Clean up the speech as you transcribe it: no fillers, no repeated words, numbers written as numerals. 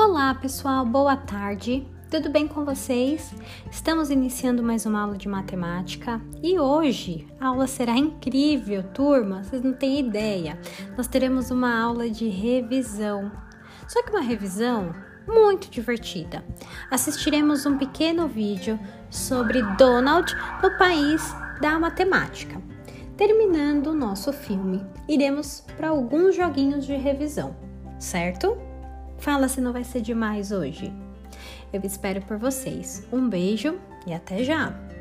Olá pessoal, boa tarde, tudo bem com vocês? Estamos iniciando mais uma aula de matemática e hoje a aula será incrível, turma, vocês não têm ideia. Nós teremos uma aula de revisão, só que uma revisão muito divertida. Assistiremos um pequeno vídeo sobre Donald no país da matemática. Terminando o nosso filme, iremos para alguns joguinhos de revisão, certo? Fala se não vai ser demais hoje. Eu espero por vocês. Um beijo e até já!